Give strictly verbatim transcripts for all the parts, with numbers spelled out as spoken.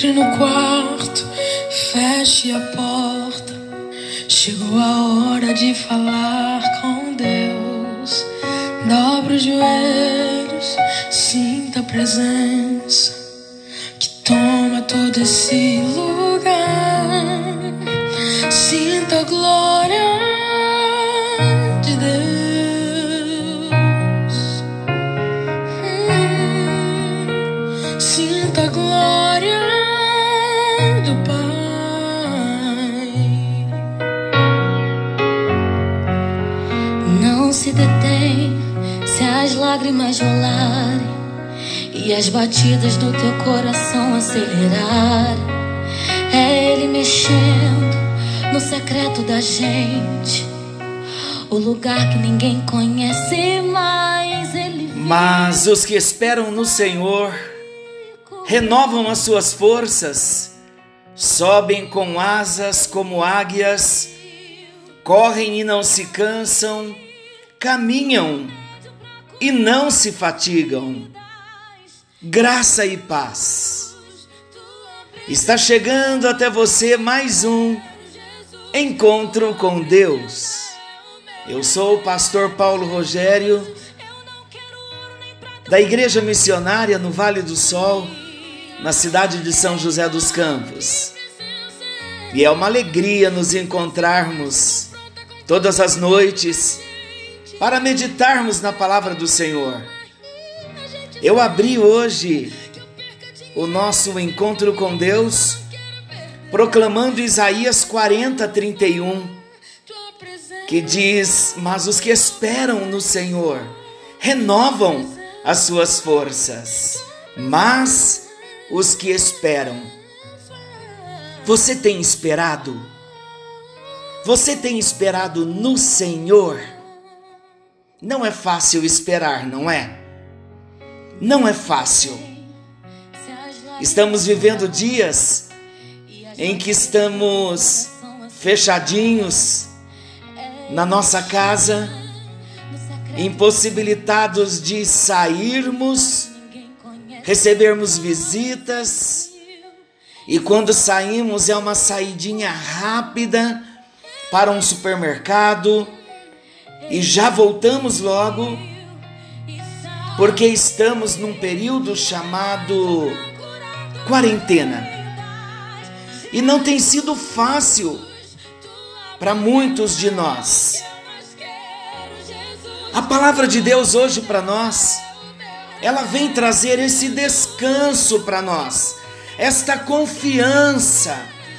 Entre no quarto, feche a porta. Chegou a hora de falar com Deus. Dobra os joelhos, sinta a presença que toma todo esse lugar. Sinta a glória de Deus. Hum, sinta a glória do Pai. Não se detém se as lágrimas rolarem e as batidas do teu coração acelerarem. É Ele mexendo no secreto da gente, o lugar que ninguém conhece, mas Ele vê. Mas os que esperam no Senhor renovam as suas forças, sobem com asas como águias, correm e não se cansam, caminham e não se fatigam. Graça e paz. Está chegando até você mais um encontro com Deus. Eu sou o pastor Paulo Rogério, da Igreja Missionária no Vale do Sol, na cidade de São José dos Campos. E é uma alegria nos encontrarmos todas as noites para meditarmos na palavra do Senhor. Eu abri hoje o nosso encontro com Deus proclamando Isaías quarenta, trinta e um, que diz: mas os que esperam no Senhor renovam as suas forças. Mas os que esperam. Você tem esperado? Você tem esperado no Senhor? Não é fácil esperar, não é? Não é fácil. Estamos vivendo dias em que estamos fechadinhos na nossa casa, impossibilitados de sairmos, recebermos visitas, e quando saímos é uma saidinha rápida para um supermercado e já voltamos logo, porque estamos num período chamado quarentena. E não tem sido fácil para muitos de nós. A palavra de Deus hoje para nós, ela vem trazer esse descanso para nós, esta confiança,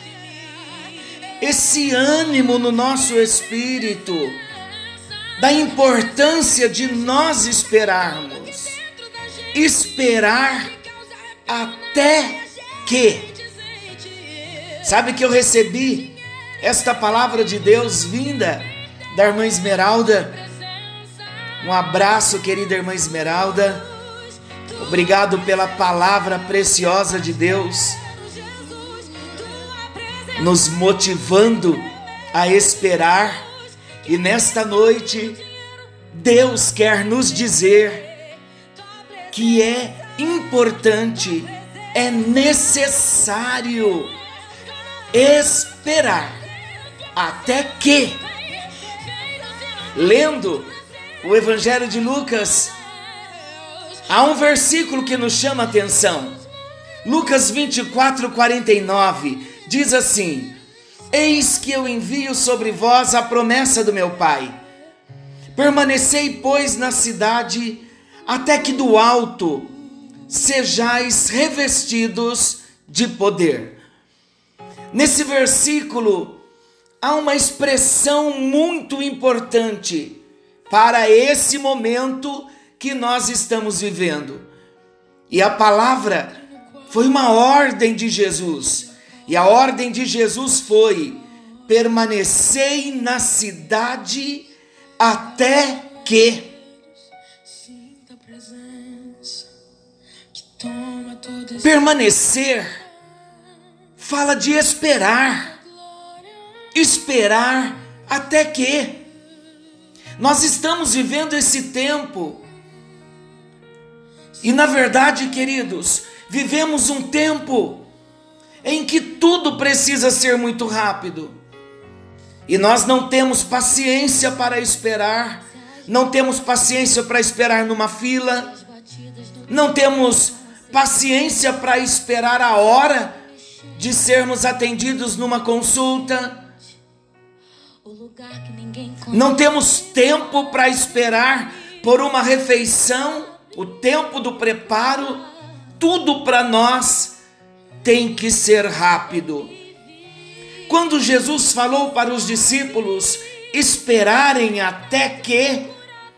esse ânimo no nosso espírito, da importância de nós esperarmos, esperar até que. Sabe que eu recebi esta palavra de Deus vinda da irmã Esmeralda? Um abraço, querida irmã Esmeralda. Obrigado pela palavra preciosa de Deus, nos motivando a esperar. E nesta noite, Deus quer nos dizer que é importante, é necessário esperar até que. Lendo o Evangelho de Lucas, há um versículo que nos chama a atenção. Lucas vinte e quatro, quarenta e nove diz assim: eis que eu envio sobre vós a promessa do meu Pai. Permanecei, pois, na cidade, até que do alto sejais revestidos de poder. Nesse versículo, há uma expressão muito importante para esse momento que nós estamos vivendo. E a palavra foi uma ordem de Jesus. E a ordem de Jesus foi: permanecei na cidade até que. Permanecer fala de esperar. Esperar até que. Nós estamos vivendo esse tempo. E na verdade, queridos, vivemos um tempo em que tudo precisa ser muito rápido. E nós não temos paciência para esperar, não temos paciência para esperar numa fila, não temos paciência para esperar a hora de sermos atendidos numa consulta. Não temos tempo para esperar por uma refeição, o tempo do preparo. Tudo para nós tem que ser rápido. Quando Jesus falou para os discípulos esperarem até que,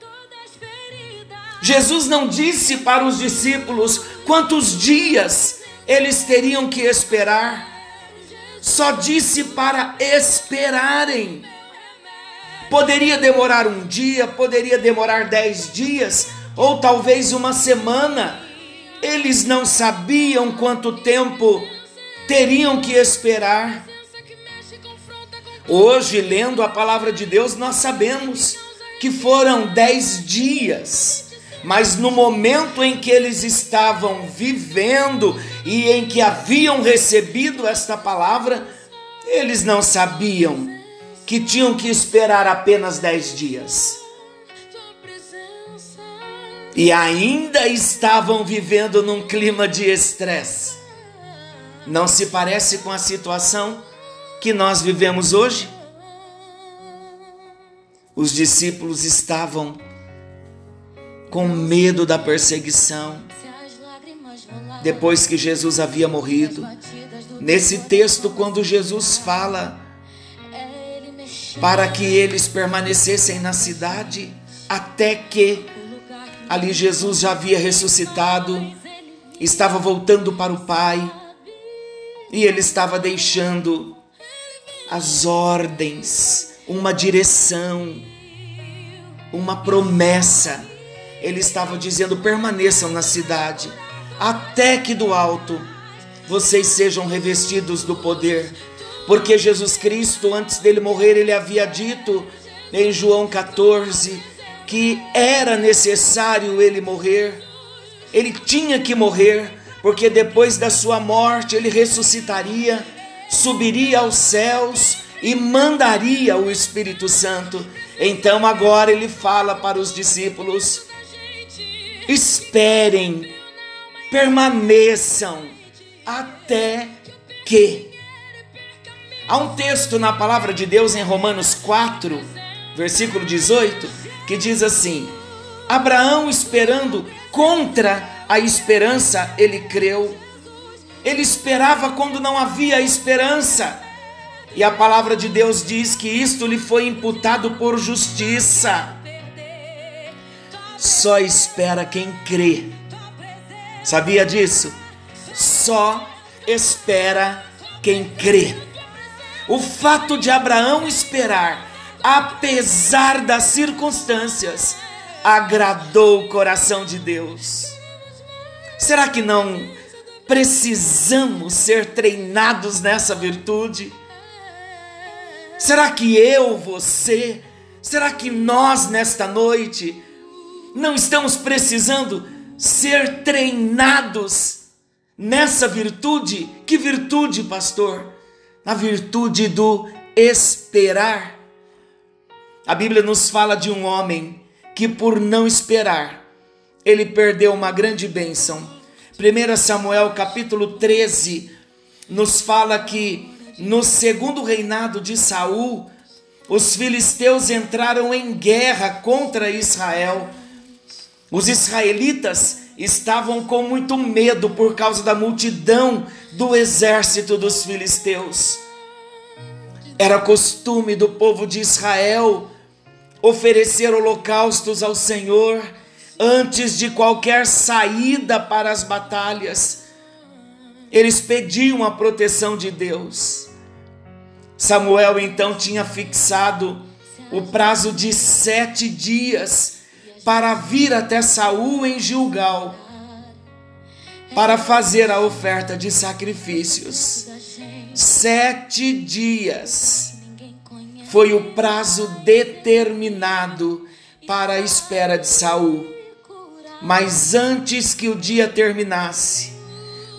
Jesus não disse para os discípulos quantos dias eles teriam que esperar, só disse para esperarem. Poderia demorar um dia, poderia demorar dez dias, ou talvez uma semana. Eles não sabiam quanto tempo teriam que esperar. Hoje, lendo a palavra de Deus, nós sabemos que foram dez dias. Mas no momento em que eles estavam vivendo e em que haviam recebido esta palavra, eles não sabiam que tinham que esperar apenas dez dias. E ainda estavam vivendo num clima de estresse. Não se parece com a situação que nós vivemos hoje? Os discípulos estavam com medo da perseguição, depois que Jesus havia morrido. Nesse texto, quando Jesus fala para que eles permanecessem na cidade, até que ali Jesus já havia ressuscitado, estava voltando para o Pai, e ele estava deixando as ordens, uma direção, uma promessa. Ele estava dizendo: permaneçam na cidade, até que do alto vocês sejam revestidos do poder. Porque Jesus Cristo, antes dele morrer, ele havia dito em João catorze que era necessário ele morrer. Ele tinha que morrer, porque depois da sua morte ele ressuscitaria, subiria aos céus e mandaria o Espírito Santo. Então agora ele fala para os discípulos: esperem, permaneçam até que. Há um texto na palavra de Deus em Romanos quatro, versículo dezoito, que diz assim: Abraão, esperando contra a esperança, ele creu. Ele esperava quando não havia esperança. E a palavra de Deus diz que isto lhe foi imputado por justiça. Só espera quem crê. Sabia disso? Só espera quem crê. O fato de Abraão esperar, apesar das circunstâncias, agradou o coração de Deus. Será que não precisamos ser treinados nessa virtude? Será que eu, você, será que nós nesta noite não estamos precisando ser treinados nessa virtude? Que virtude, pastor? A virtude do esperar. A Bíblia nos fala de um homem que, por não esperar, ele perdeu uma grande bênção. primeiro Samuel capítulo treze nos fala que no segundo reinado de Saul, os filisteus entraram em guerra contra Israel. Os israelitas estavam com muito medo por causa da multidão do exército dos filisteus. Era costume do povo de Israel oferecer holocaustos ao Senhor antes de qualquer saída para as batalhas. Eles pediam a proteção de Deus. Samuel então tinha fixado o prazo de sete dias para vir até Saul em Gilgal, para fazer a oferta de sacrifícios. Sete dias foi o prazo determinado para a espera de Saul. Mas antes que o dia terminasse,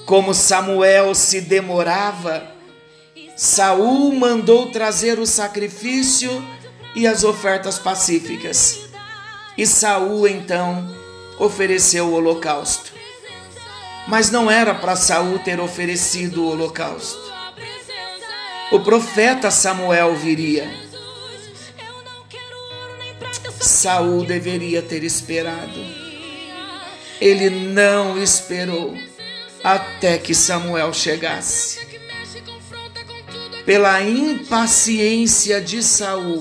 Como Samuel se demorava, Saul mandou trazer o sacrifício e as ofertas pacíficas. E Saul então ofereceu o holocausto. Mas não era para Saul ter oferecido o holocausto. O profeta Samuel viria. Saul deveria ter esperado. Ele não esperou até que Samuel chegasse. Pela impaciência de Saul,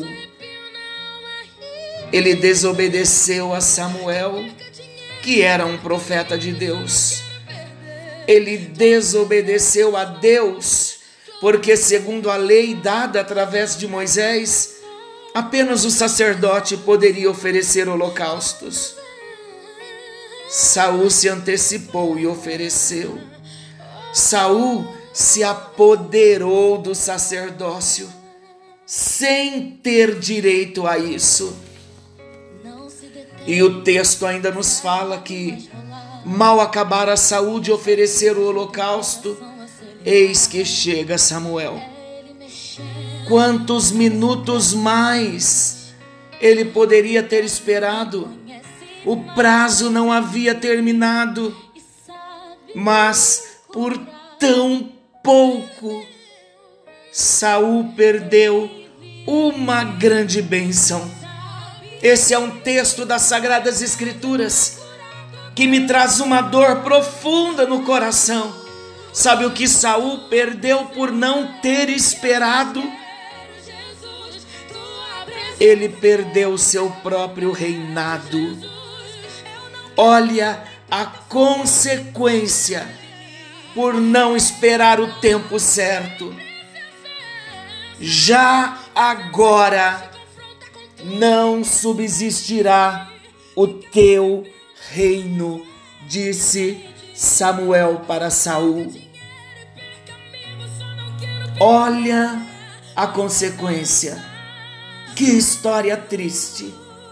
ele desobedeceu a Samuel, que era um profeta de Deus. Ele desobedeceu a Deus, porque segundo a lei dada através de Moisés, apenas o sacerdote poderia oferecer holocaustos. Saul se antecipou e ofereceu. Saul se apoderou do sacerdócio, sem ter direito a isso. E o texto ainda nos fala que, mal acabara Saul de oferecer o holocausto, eis que chega Samuel. Quantos minutos mais ele poderia ter esperado? O prazo não havia terminado, mas por tão pouco, Saul perdeu uma grande bênção. Esse é um texto das Sagradas Escrituras que me traz uma dor profunda no coração. Sabe o que Saul perdeu por não ter esperado? Ele perdeu seu próprio reinado. Olha a consequência por não esperar o tempo certo. Já agora não subsistirá o teu reino, disse Samuel para Saul. Olha a consequência. Que história triste.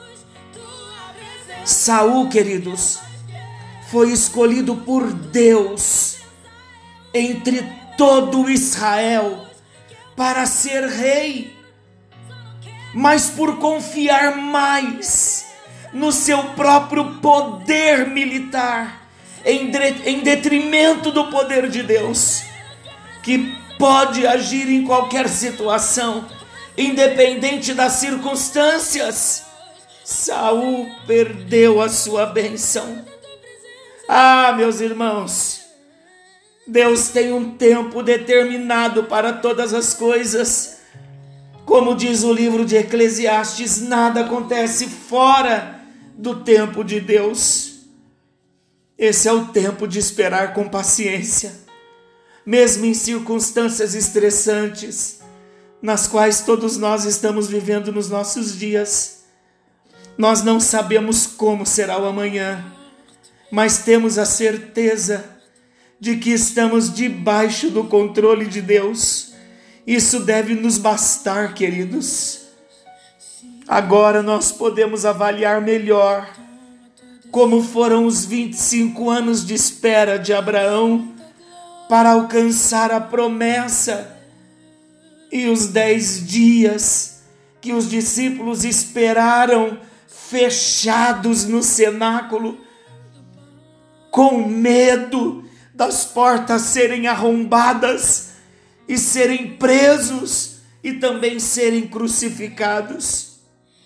Saul, queridos, foi escolhido por Deus entre todo Israel para ser rei, mas por confiar mais no seu próprio poder militar, em, de, em detrimento do poder de Deus, que pode agir em qualquer situação, independente das circunstâncias, Saul perdeu a sua bênção. Ah, meus irmãos, Deus tem um tempo determinado para todas as coisas. Como diz o livro de Eclesiastes, nada acontece fora do tempo de Deus. Esse é o tempo de esperar com paciência, mesmo em circunstâncias estressantes, nas quais todos nós estamos vivendo nos nossos dias. Nós não sabemos como será o amanhã, mas temos a certeza de que estamos debaixo do controle de Deus. Isso deve nos bastar, queridos. Agora nós podemos avaliar melhor como foram os vinte e cinco anos de espera de Abraão para alcançar a promessa, e os dez dias que os discípulos esperaram fechados no cenáculo, com medo das portas serem arrombadas e serem presos e também serem crucificados.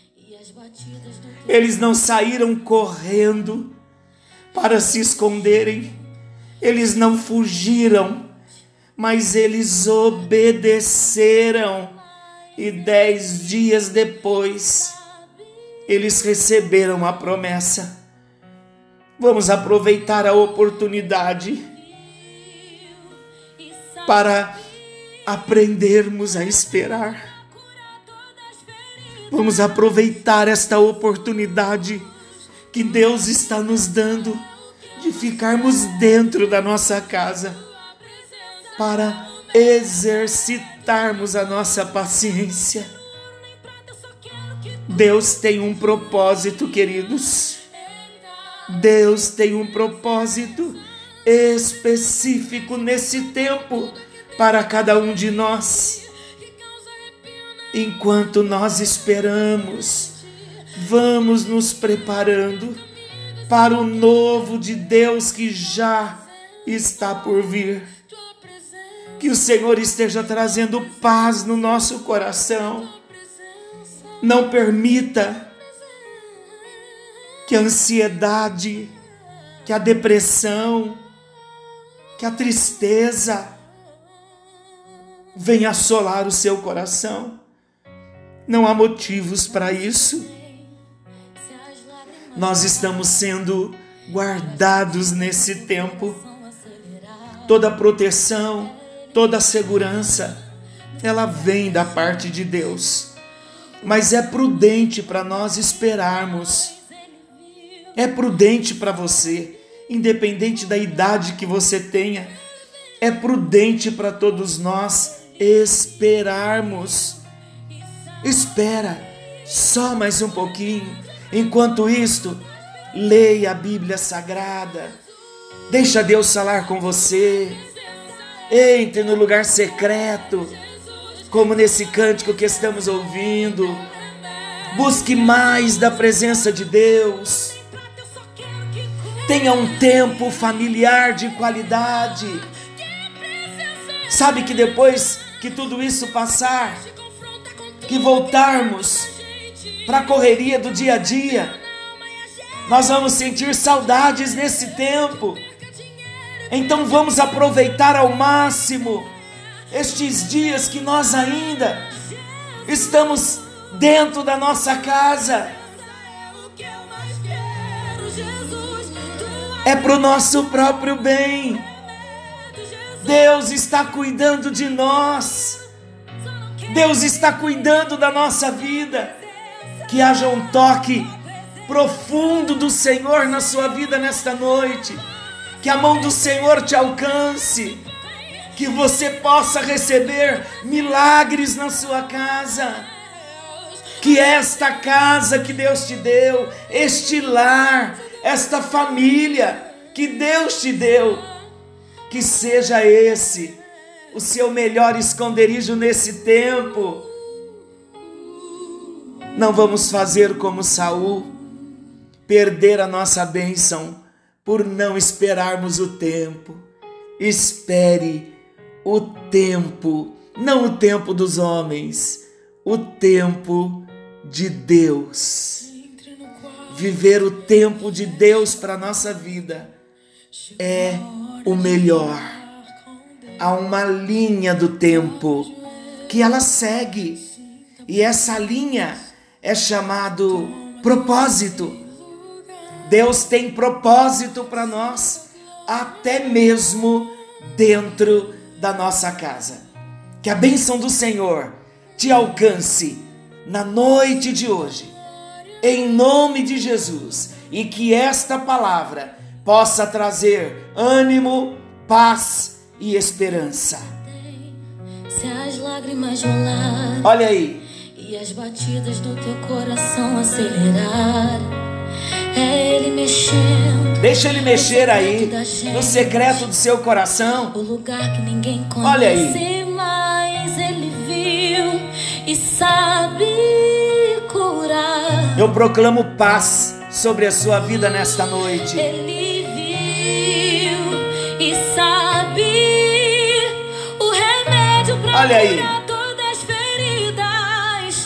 Eles não saíram correndo para se esconderem, eles não fugiram, mas eles obedeceram, e dez dias depois eles receberam a promessa. Vamos aproveitar a oportunidade para aprendermos a esperar. Vamos aproveitar esta oportunidade que Deus está nos dando de ficarmos dentro da nossa casa para exercitarmos a nossa paciência. Deus tem um propósito, queridos. Deus tem um propósito específico nesse tempo para cada um de nós. Enquanto nós esperamos, vamos nos preparando para o novo de Deus que já está por vir. Que o Senhor esteja trazendo paz no nosso coração. Não permita que a ansiedade, que a depressão, que a tristeza venha assolar o seu coração. Não há motivos para isso. Nós estamos sendo guardados nesse tempo. Toda proteção, toda segurança, ela vem da parte de Deus. Mas é prudente para nós esperarmos. É prudente para você, independente da idade que você tenha. É prudente para todos nós esperarmos. Espera só mais um pouquinho. Enquanto isto, leia a Bíblia Sagrada. Deixa Deus falar com você. Entre no lugar secreto, como nesse cântico que estamos ouvindo. Busque mais da presença de Deus. Tenha um tempo familiar de qualidade. Sabe que depois que tudo isso passar, que voltarmos para a correria do dia a dia, nós vamos sentir saudades nesse tempo. Então vamos aproveitar ao máximo estes dias que nós ainda estamos dentro da nossa casa. É para o nosso próprio bem. Deus está cuidando de nós. Deus está cuidando da nossa vida. Que haja um toque profundo do Senhor na sua vida nesta noite. Que a mão do Senhor te alcance. Que você possa receber milagres na sua casa. Que esta casa que Deus te deu, este lar, esta família que Deus te deu, que seja esse o seu melhor esconderijo nesse tempo. Não vamos fazer como Saul, perder a nossa bênção por não esperarmos o tempo. Espere o tempo, não o tempo dos homens, o tempo de Deus. Viver o tempo de Deus para a nossa vida é o melhor. Há uma linha do tempo que ela segue, e essa linha é chamado propósito. Deus tem propósito para nós, até mesmo dentro da nossa casa. Que a bênção do Senhor te alcance na noite de hoje, em nome de Jesus, e que esta palavra possa trazer ânimo, paz e esperança. Se as lágrimas rolarem, olha aí, e as batidas do teu coração acelerar, é Ele mexendo. Deixa Ele mexer aí no secreto do seu coração. O lugar que ninguém conhece. Olha aí. Mas Ele viu e sabe curar. Eu proclamo paz sobre a sua vida nesta noite. Ele viu e sabe o remédio para olha aí. Todas as feridas.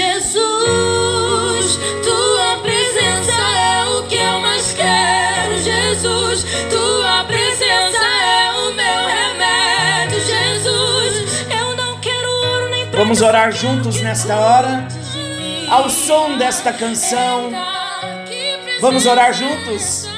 Jesus, tua presença é o que eu mais quero. Jesus, tua presença é o meu remédio. Jesus, eu não quero ouro nem prata. Vamos orar juntos nesta hora, ao som desta canção. Vamos orar juntos?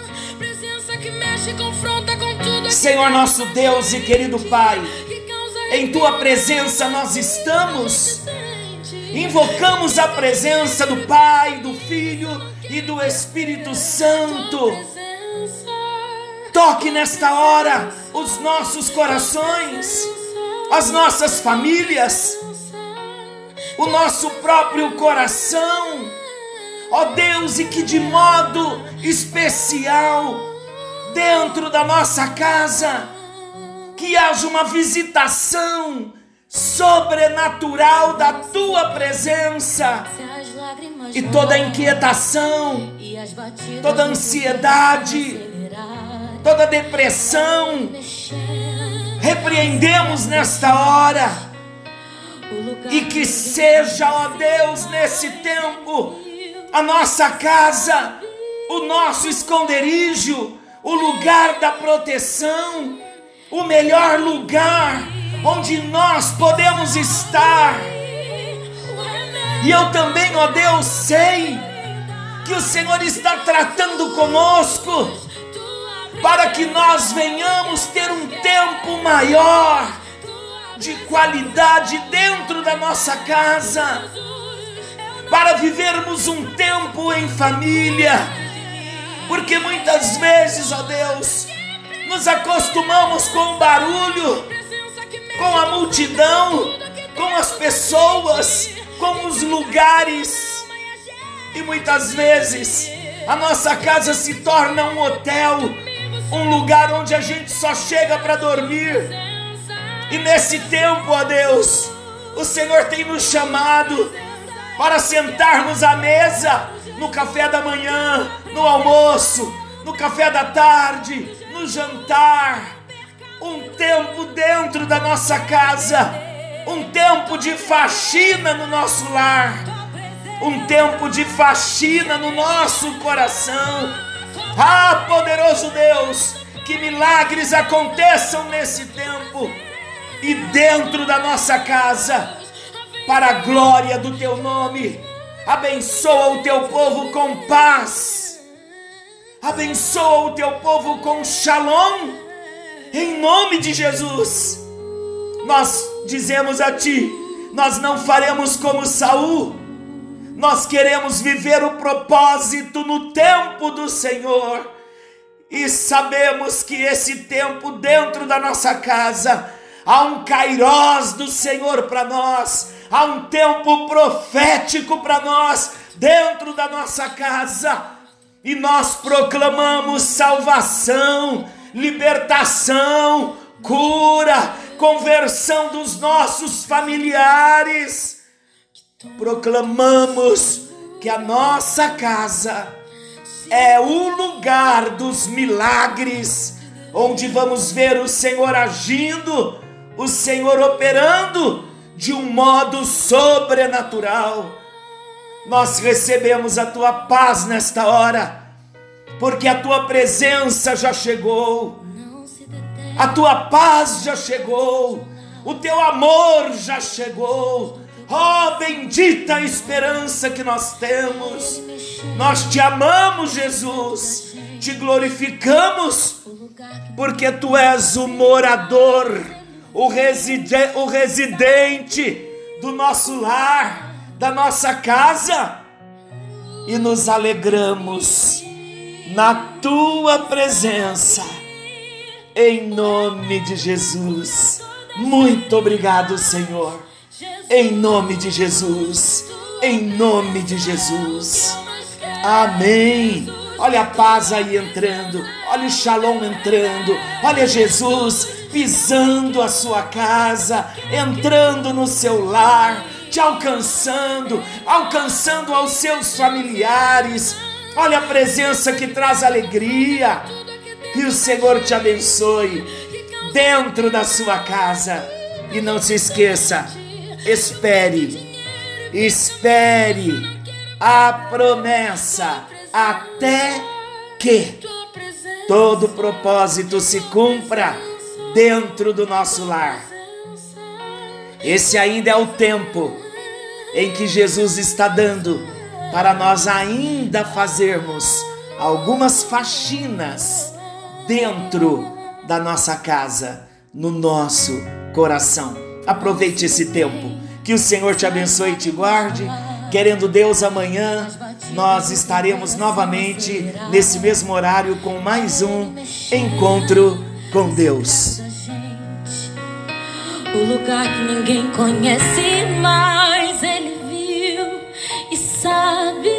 Senhor nosso Deus e querido Pai, em Tua presença nós estamos. Invocamos a presença do Pai, do Filho e do Espírito Santo. Toque nesta hora os nossos corações, as nossas famílias, o nosso próprio coração. Ó Deus, e que de modo especial dentro da nossa casa, que haja uma visitação sobrenatural da tua presença, e toda inquietação, toda ansiedade, toda depressão, repreendemos nesta hora, e que seja, ó Deus, nesse tempo, a nossa casa, o nosso esconderijo, o lugar da proteção, o melhor lugar onde nós podemos estar. E eu também, ó Deus, sei que o Senhor está tratando conosco para que nós venhamos ter um tempo maior de qualidade dentro da nossa casa, para vivermos um tempo em família, porque muitas vezes, ó Deus, nos acostumamos com o barulho, com a multidão, com as pessoas, com os lugares, e muitas vezes a nossa casa se torna um hotel, um lugar onde a gente só chega para dormir. E nesse tempo, ó Deus, o Senhor tem nos chamado para sentarmos à mesa, no café da manhã, no almoço, no café da tarde, no jantar. Um tempo dentro da nossa casa, um tempo de faxina no nosso lar, um tempo de faxina no nosso coração. Ah, poderoso Deus, que milagres aconteçam nesse tempo e dentro da nossa casa, para a glória do teu nome. Abençoa o teu povo com paz, abençoa o teu povo com shalom, em nome de Jesus. Nós dizemos a ti, nós não faremos como Saul, nós queremos viver o propósito no tempo do Senhor, e sabemos que esse tempo dentro da nossa casa, há um kairós do Senhor para nós, há um tempo profético para nós, dentro da nossa casa, e nós proclamamos salvação, libertação, cura, conversão dos nossos familiares. Proclamamos que a nossa casa é o lugar dos milagres, onde vamos ver o Senhor agindo, o Senhor operando de um modo sobrenatural. Nós recebemos a tua paz nesta hora, porque a tua presença já chegou, a tua paz já chegou, o teu amor já chegou. Oh, bendita a esperança que nós temos. Nós te amamos, Jesus, te glorificamos, porque tu és o morador, o, reside, o residente do nosso lar, da nossa casa, e nos alegramos na tua presença, em nome de Jesus. Muito obrigado, Senhor, em nome de Jesus, em nome de Jesus, amém. Olha a paz aí entrando, olha o shalom entrando, olha Jesus pisando a sua casa, entrando no seu lar, te alcançando, alcançando aos seus familiares. Olha a presença que traz alegria. E o Senhor te abençoe dentro da sua casa. E não se esqueça, espere, espere a promessa até que todo propósito se cumpra dentro do nosso lar. Esse ainda é o tempo em que Jesus está dando para nós ainda fazermos algumas faxinas dentro da nossa casa, no nosso coração. Aproveite esse tempo, que o Senhor te abençoe e te guarde. Querendo Deus, amanhã nós estaremos novamente nesse mesmo horário com mais um Encontro com Deus. O lugar que ninguém conhece, mas Ele viu e sabe.